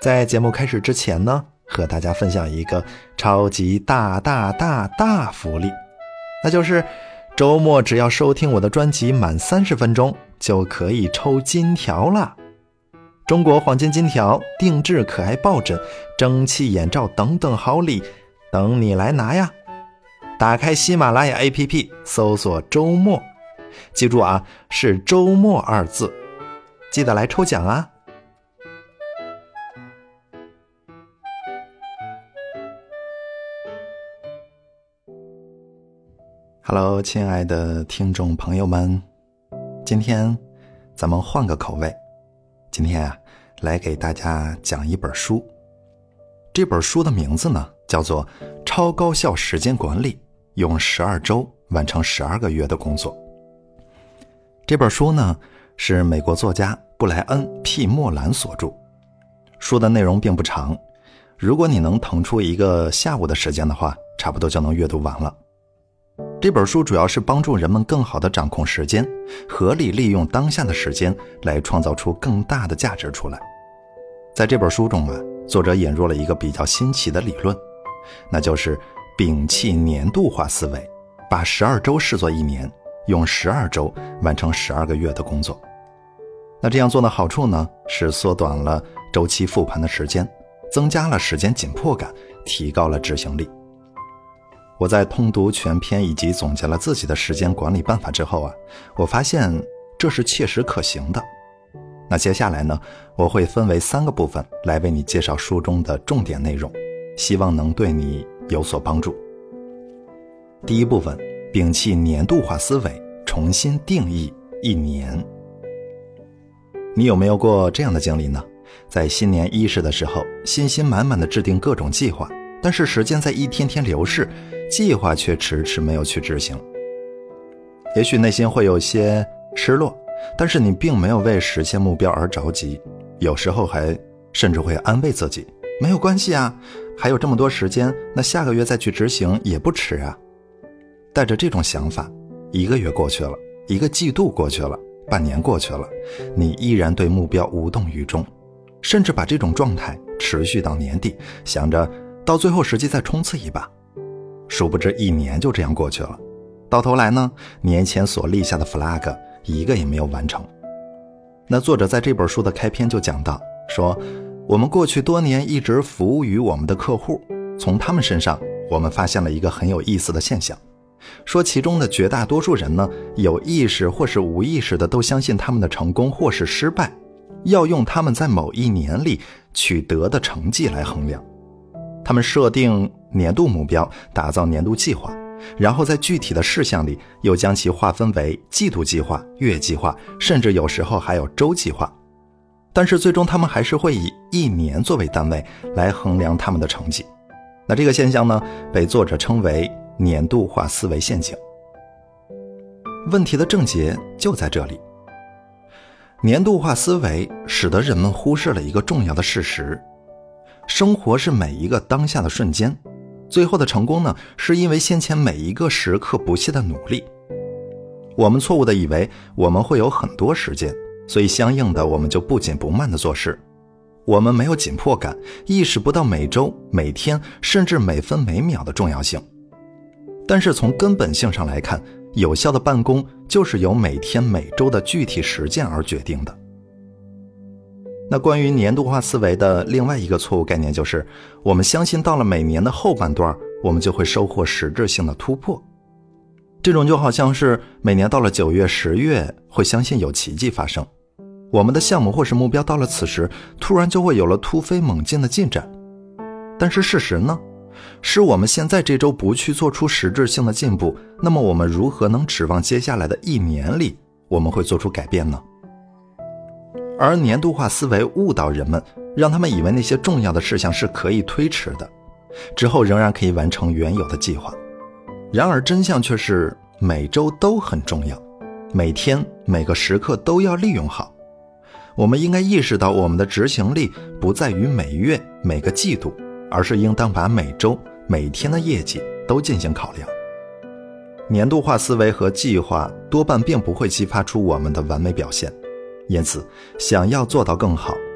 在节目开始之前呢，和大家分享一个超级大福利，那就是周末只要收听我的专辑满30分钟就可以抽金条了。中国黄金金条、定制可爱抱枕、蒸汽眼罩等等好礼等你来拿呀。打开喜马拉雅 APP 搜索周末，记住啊，是周末2字，记得来抽奖啊。Hello， 亲爱的听众朋友们，今天咱们换个口味，今天啊，来给大家讲一本书。这本书的名字呢，叫做《超高效时间管理：用12周完成12个月的工作》。这本书呢，是美国作家布莱恩 ·P. 莫兰所著。书的内容并不长，如果你能腾出一个下午的时间的话，差不多就能阅读完了。这本书主要是帮助人们更好地掌控时间，合理利用当下的时间来创造出更大的价值出来。在这本书中啊，作者引入了一个比较新奇的理论，那就是摒弃年度化思维，把12周视作1年，用12周完成12个月的工作。那这样做的好处呢，是缩短了周期复盘的时间，增加了时间紧迫感，提高了执行力。我在通读全篇以及总结了自己的时间管理办法之后啊，我发现这是切实可行的。那接下来呢，我会分为3个部分来为你介绍书中的重点内容，希望能对你有所帮助。第一部分，摒弃年度化思维，重新定义1年。你有没有过这样的经历呢？在新年伊始的时候，信心满满的制定各种计划，但是时间在一天天流逝，计划却迟迟没有去执行。也许内心会有些失落，但是你并没有为实现目标而着急，有时候还甚至会安慰自己，没有关系啊，还有这么多时间，那下个月再去执行也不迟啊。带着这种想法，1个月过去了，1个季度过去了，半年过去了，你依然对目标无动于衷，甚至把这种状态持续到年底，想着到最后实际再冲刺一把。殊不知1年就这样过去了，到头来呢，年前所立下的 flag 1个也没有完成。那作者在这本书的开篇就讲到，说我们过去多年一直服务于我们的客户，从他们身上我们发现了一个很有意思的现象，说其中的绝大多数人呢，有意识或是无意识的都相信他们的成功或是失败要用他们在某1年里取得的成绩来衡量。他们设定年度目标，打造年度计划，然后在具体的事项里又将其划分为季度计划、月计划，甚至有时候还有周计划。但是最终他们还是会以1年作为单位来衡量他们的成绩。那这个现象呢，被作者称为年度化思维陷阱。问题的症结就在这里。年度化思维使得人们忽视了一个重要的事实，生活是每一个当下的瞬间，最后的成功呢，是因为先前每一个时刻不懈的努力。我们错误地以为我们会有很多时间，所以相应的我们就不紧不慢地做事。我们没有紧迫感，意识不到每周、每天甚至每分每秒的重要性。但是从根本性上来看，有效的办公就是由每天每周的具体实践而决定的。那关于年度化思维的另外一个错误概念就是，我们相信到了每年的后半段，我们就会收获实质性的突破。这种就好像是每年到了9月、10月会相信有奇迹发生，我们的项目或是目标到了此时，突然就会有了突飞猛进的进展。但是事实呢，是我们现在这周不去做出实质性的进步，那么我们如何能指望接下来的1年里我们会做出改变呢？而年度化思维误导人们，让他们以为那些重要的事项是可以推迟的，之后仍然可以完成原有的计划。然而真相却是每周都很重要，每天每个时刻都要利用好。我们应该意识到，我们的执行力不在于每月每个季度，而是应当把每周每天的业绩都进行考量。年度化思维和计划多半并不会激发出我们的完美表现，因此想要做到更好，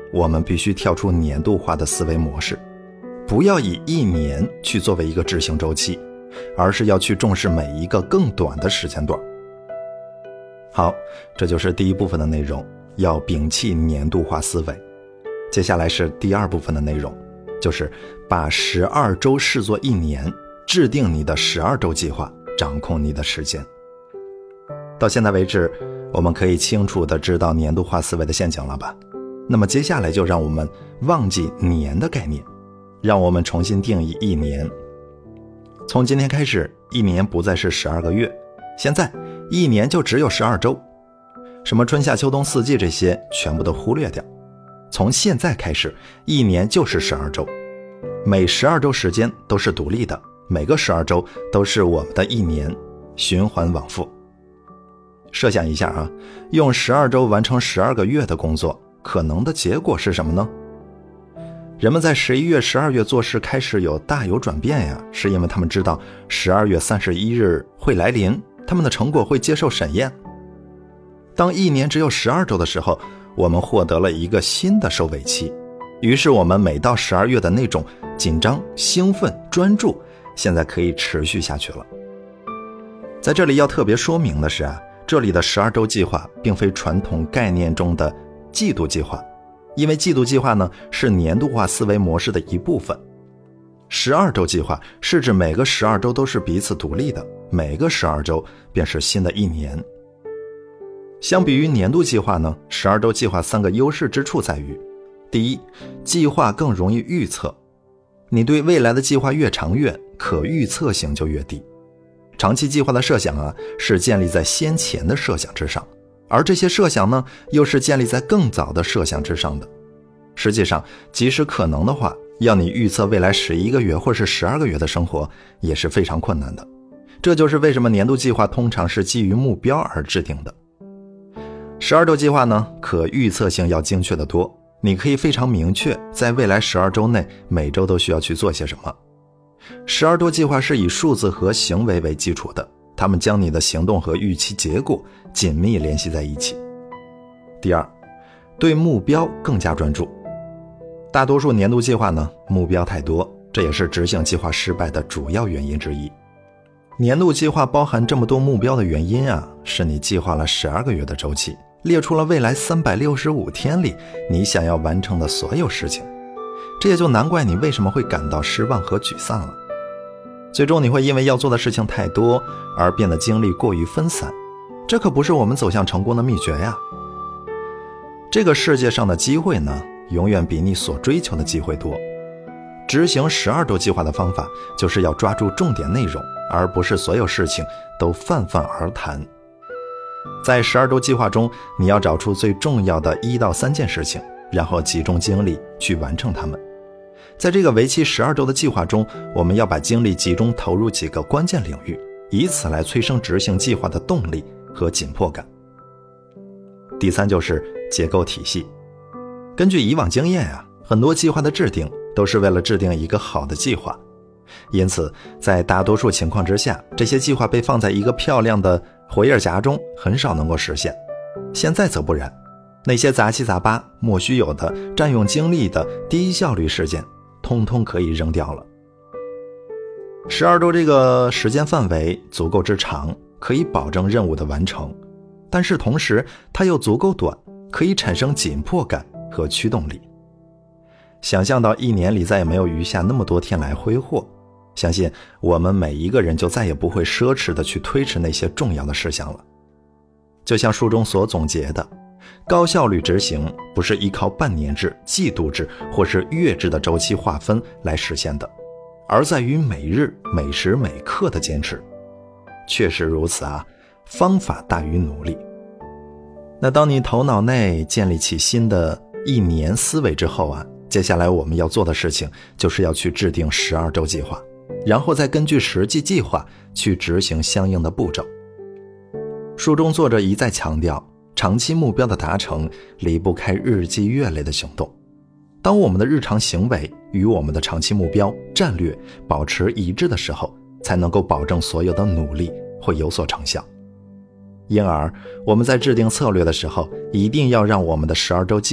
我们必须跳出年度化的思维模式，不要以1年去作为一个执行周期，而是要去重视每一个更短的时间段。好，这就是第一部分的内容，要摒弃年度化思维。接下来是第二部分的内容，就是把12周视作1年，制定你的12周计划，掌控你的时间。到现在为止，我们可以清楚地知道年度化思维的陷阱了吧？那么接下来就让我们忘记年的概念，让我们重新定义1年。从今天开始，1年不再是12个月，现在1年就只有12周。什么春夏秋冬四季这些全部都忽略掉。从现在开始，1年就是12周，每12周时间都是独立的，每个12周都是我们的1年，循环往复。设想一下啊，用12周完成12个月的工作，可能的结果是什么呢？人们在11月、12月做事开始大有转变呀，是因为他们知道12月31日会来临，他们的成果会接受审验。当1年只有12周的时候，我们获得了一个新的收尾期，于是我们每到12月的那种紧张、兴奋、专注，现在可以持续下去了。在这里要特别说明的是啊，这里的12周计划并非传统概念中的季度计划，因为季度计划呢是年度化思维模式的一部分。12周计划是指每个12周都是彼此独立的，每个12周便是新的1年。相比于年度计划呢，12周计划3个优势之处在于：第一，计划更容易预测，你对未来的计划越长远，可预测性就越低。长期计划的设想啊，是建立在先前的设想之上，而这些设想呢，又是建立在更早的设想之上的。实际上，即使可能的话，要你预测未来11个月或是12个月的生活，也是非常困难的。这就是为什么年度计划通常是基于目标而制定的。12周计划呢，可预测性要精确得多，你可以非常明确在未来12周内每周都需要去做些什么。12周计划是以数字和行为为基础的，它们将你的行动和预期结果紧密联系在一起。第二，对目标更加专注。大多数年度计划呢，目标太多，这也是执行计划失败的主要原因之一。年度计划包含这么多目标的原因啊，是你计划了12个月的周期，列出了未来365天里你想要完成的所有事情，这也就难怪你为什么会感到失望和沮丧了。最终你会因为要做的事情太多而变得精力过于分散，这可不是我们走向成功的秘诀呀。这个世界上的机会呢，永远比你所追求的机会多。执行12周计划的方法，就是要抓住重点内容，而不是所有事情都泛泛而谈。在12周计划中，你要找出最重要的1到3件事情，然后集中精力去完成它们。在这个为期12周的计划中，我们要把精力集中投入几个关键领域，以此来催生执行计划的动力和紧迫感。第三就是结构体系。根据以往经验啊，很多计划的制定都是为了制定一个好的计划，因此在大多数情况之下，这些计划被放在一个漂亮的活页夹中，很少能够实现。现在则不然，那些杂七杂八、莫须有的、占用精力的低效率事件，通通可以扔掉了。12周这个时间范围足够之长，可以保证任务的完成，但是同时它又足够短，可以产生紧迫感和驱动力。想象到1年里再也没有余下那么多天来挥霍，相信我们每一个人就再也不会奢侈地去推迟那些重要的事项了。就像书中所总结的，高效率执行不是依靠半年制、季度制或是月制的周期划分来实现的，而在于每日每时每刻的坚持。确实如此啊，方法大于努力。那当你头脑内建立起新的1年思维之后啊，接下来我们要做的事情就是要去制定12周计划，然后再根据实际计划去执行相应的步骤。书中作者一再强调，长期目标的达成离不开日积月累的行动。当我们的日常行为与我们的长期目标、战略保持一致的时候，才能够保证所有的努力会有所成效。因而，我们在制定策略的时候，一定要让我们的12周计划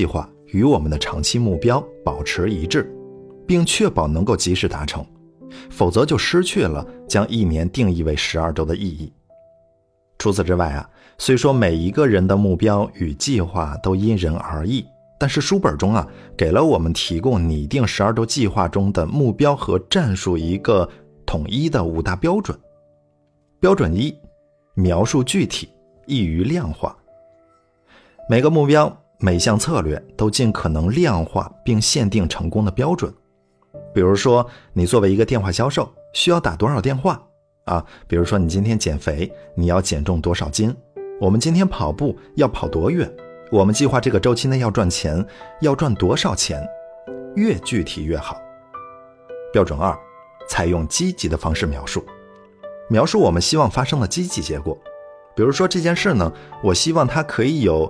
与我们的长期目标保持一致，并确保能够及时达成，否则就失去了将一年定义为12周的意义。除此之外啊，虽说每一个人的目标与计划都因人而异，但是书本中啊，给了我们提供拟定12周计划中的目标和战术一个统一的5大标准。标准1，描述具体，易于量化。每个目标、每项策略都尽可能量化并限定成功的标准。比如说，你作为一个电话销售，需要打多少电话比如说你今天减肥，你要减重多少斤，我们今天跑步要跑多远，我们计划这个周期内要赚钱，要赚多少钱，越具体越好。标准2，采用积极的方式描述。描述我们希望发生的积极结果。比如说这件事呢，我希望它可以有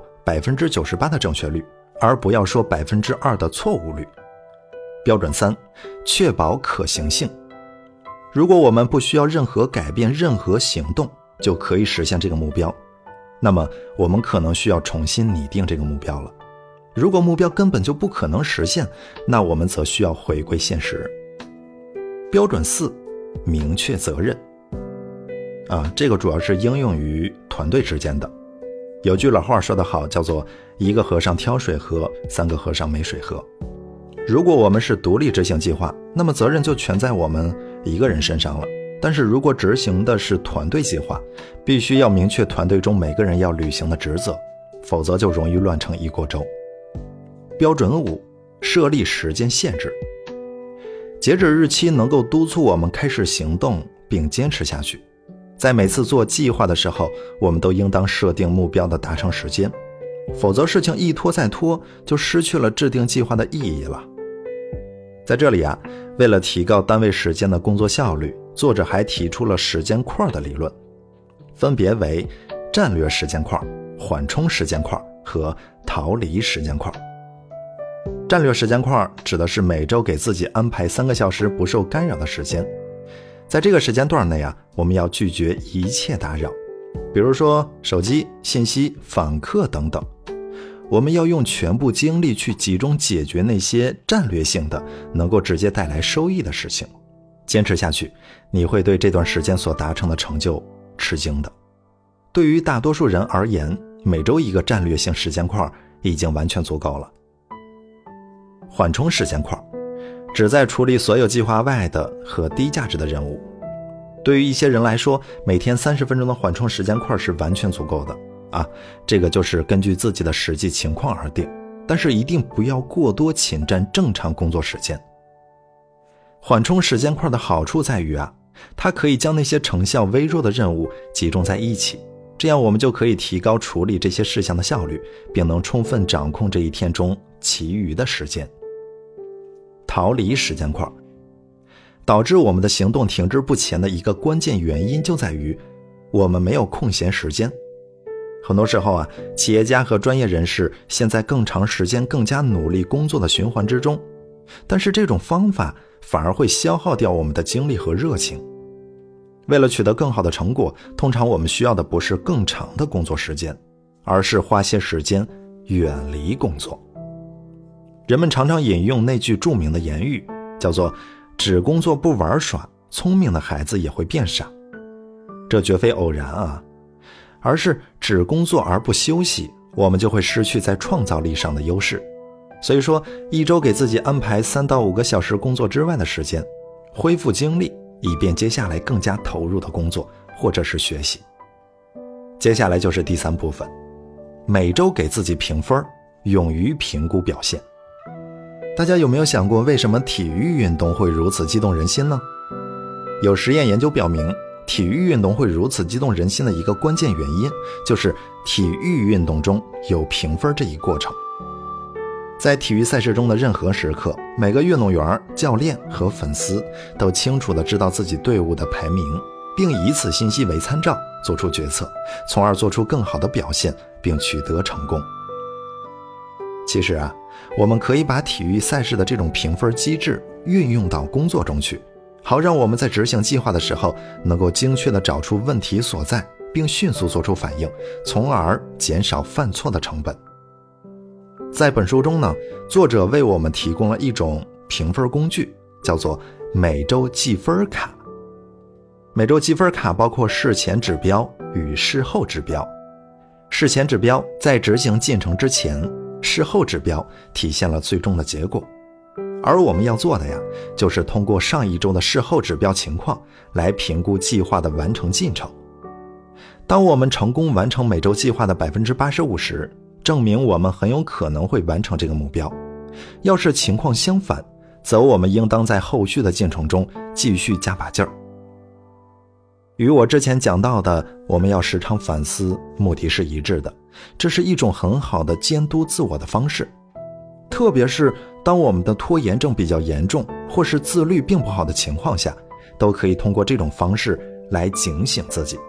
98% 的正确率，而不要说 2% 的错误率。标准3，确保可行性。如果我们不需要任何改变任何行动就可以实现这个目标，那么我们可能需要重新拟定这个目标了。如果目标根本就不可能实现，那我们则需要回归现实。标准4，明确责任。这个主要是应用于团队之间的。有句老话说得好，叫做一个和尚挑水喝，3个和尚没水喝。如果我们是独立执行计划，那么责任就全在我们一个人身上了。但是如果执行的是团队计划，必须要明确团队中每个人要履行的职责，否则就容易乱成一锅粥。标准5，设立时间限制。截止日期能够督促我们开始行动并坚持下去。在每次做计划的时候，我们都应当设定目标的达成时间，否则事情一拖再拖，就失去了制定计划的意义了。在这里啊，为了提高单位时间的工作效率，作者还提出了时间块的理论，分别为战略时间块、缓冲时间块和逃离时间块。战略时间块指的是每周给自己安排3个小时不受干扰的时间，在这个时间段内啊，我们要拒绝一切打扰，比如说手机、信息、访客等等。我们要用全部精力去集中解决那些战略性的能够直接带来收益的事情。坚持下去，你会对这段时间所达成的成就吃惊的。对于大多数人而言，每周一个战略性时间块已经完全足够了。缓冲时间块旨在处理所有计划外的和低价值的任务。对于一些人来说，每天30分钟的缓冲时间块是完全足够的这个就是根据自己的实际情况而定，但是一定不要过多侵占正常工作时间。缓冲时间块的好处在于它可以将那些成效微弱的任务集中在一起，这样我们就可以提高处理这些事项的效率，并能充分掌控这一天中其余的时间。逃离时间块导致我们的行动停滞不前的一个关键原因就在于我们没有空闲时间。很多时候企业家和专业人士陷在更长时间更加努力工作的循环之中，但是这种方法反而会消耗掉我们的精力和热情。为了取得更好的成果，通常我们需要的不是更长的工作时间，而是花些时间远离工作。人们常常引用那句著名的言语，叫做只工作不玩耍，聪明的孩子也会变傻。这绝非偶然而是只工作而不休息，我们就会失去在创造力上的优势。所以说，一周给自己安排3到5个小时工作之外的时间，恢复精力，以便接下来更加投入的工作或者是学习。接下来就是第3部分，每周给自己评分，勇于评估表现。大家有没有想过，为什么体育运动会如此激动人心呢？有实验研究表明，体育运动会如此激动人心的一个关键原因，就是体育运动中有评分这一过程。在体育赛事中的任何时刻，每个运动员、教练和粉丝都清楚地知道自己队伍的排名，并以此信息为参照做出决策，从而做出更好的表现并取得成功。其实我们可以把体育赛事的这种评分机制运用到工作中去，好让我们在执行计划的时候能够精确地找出问题所在，并迅速做出反应，从而减少犯错的成本。 在本书中呢，作者为我们提供了一种评分工具，叫做每周计分卡。每周计分卡包括事前指标与事后指标。事前指标在执行进程之前，事后指标体现了最终的结果。而我们要做的呀，就是通过上一周的事后指标情况来评估计划的完成进程。当我们成功完成每周计划的 85% 时，证明我们很有可能会完成这个目标。要是情况相反，则我们应当在后续的进程中继续加把劲儿。与我之前讲到的我们要时常反思目的是一致的，这是一种很好的监督自我的方式。特别是当我们的拖延症比较严重，或是自律并不好的情况下，都可以通过这种方式来警醒自己。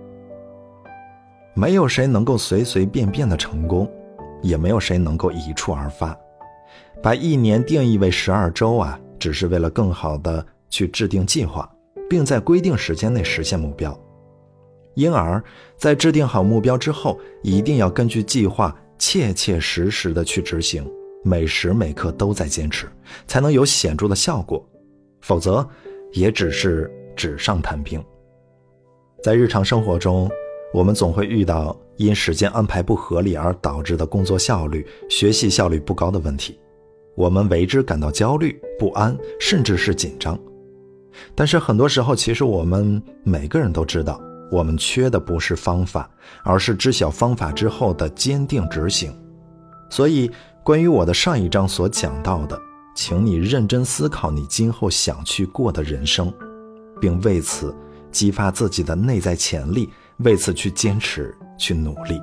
没有谁能够随随便便的成功，也没有谁能够一触而发。把一年定义为12周啊，只是为了更好的去制定计划，并在规定时间内实现目标。因而在制定好目标之后，一定要根据计划切切实实的去执行，每时每刻都在坚持，才能有显著的效果，否则也只是纸上谈兵。在日常生活中，我们总会遇到因时间安排不合理而导致的工作效率、学习效率不高的问题，我们为之感到焦虑、不安，甚至是紧张。但是很多时候，其实我们每个人都知道，我们缺的不是方法，而是知晓方法之后的坚定执行。所以关于我的上一章所讲到的，请你认真思考你今后想去过的人生，并为此激发自己的内在潜力，为此去坚持，去努力。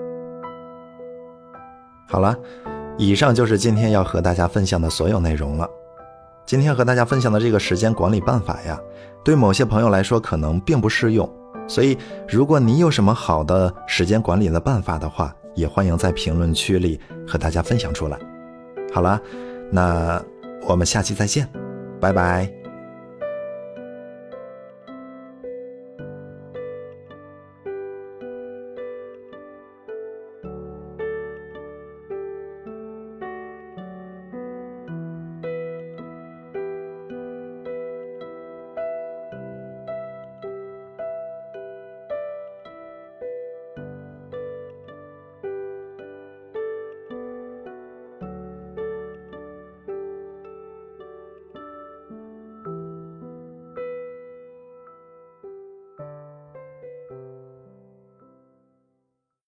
好了，以上就是今天要和大家分享的所有内容了。今天和大家分享的这个时间管理办法呀，对某些朋友来说可能并不适用，所以如果你有什么好的时间管理的办法的话，也欢迎在评论区里和大家分享出来。好了，那我们下期再见，拜拜。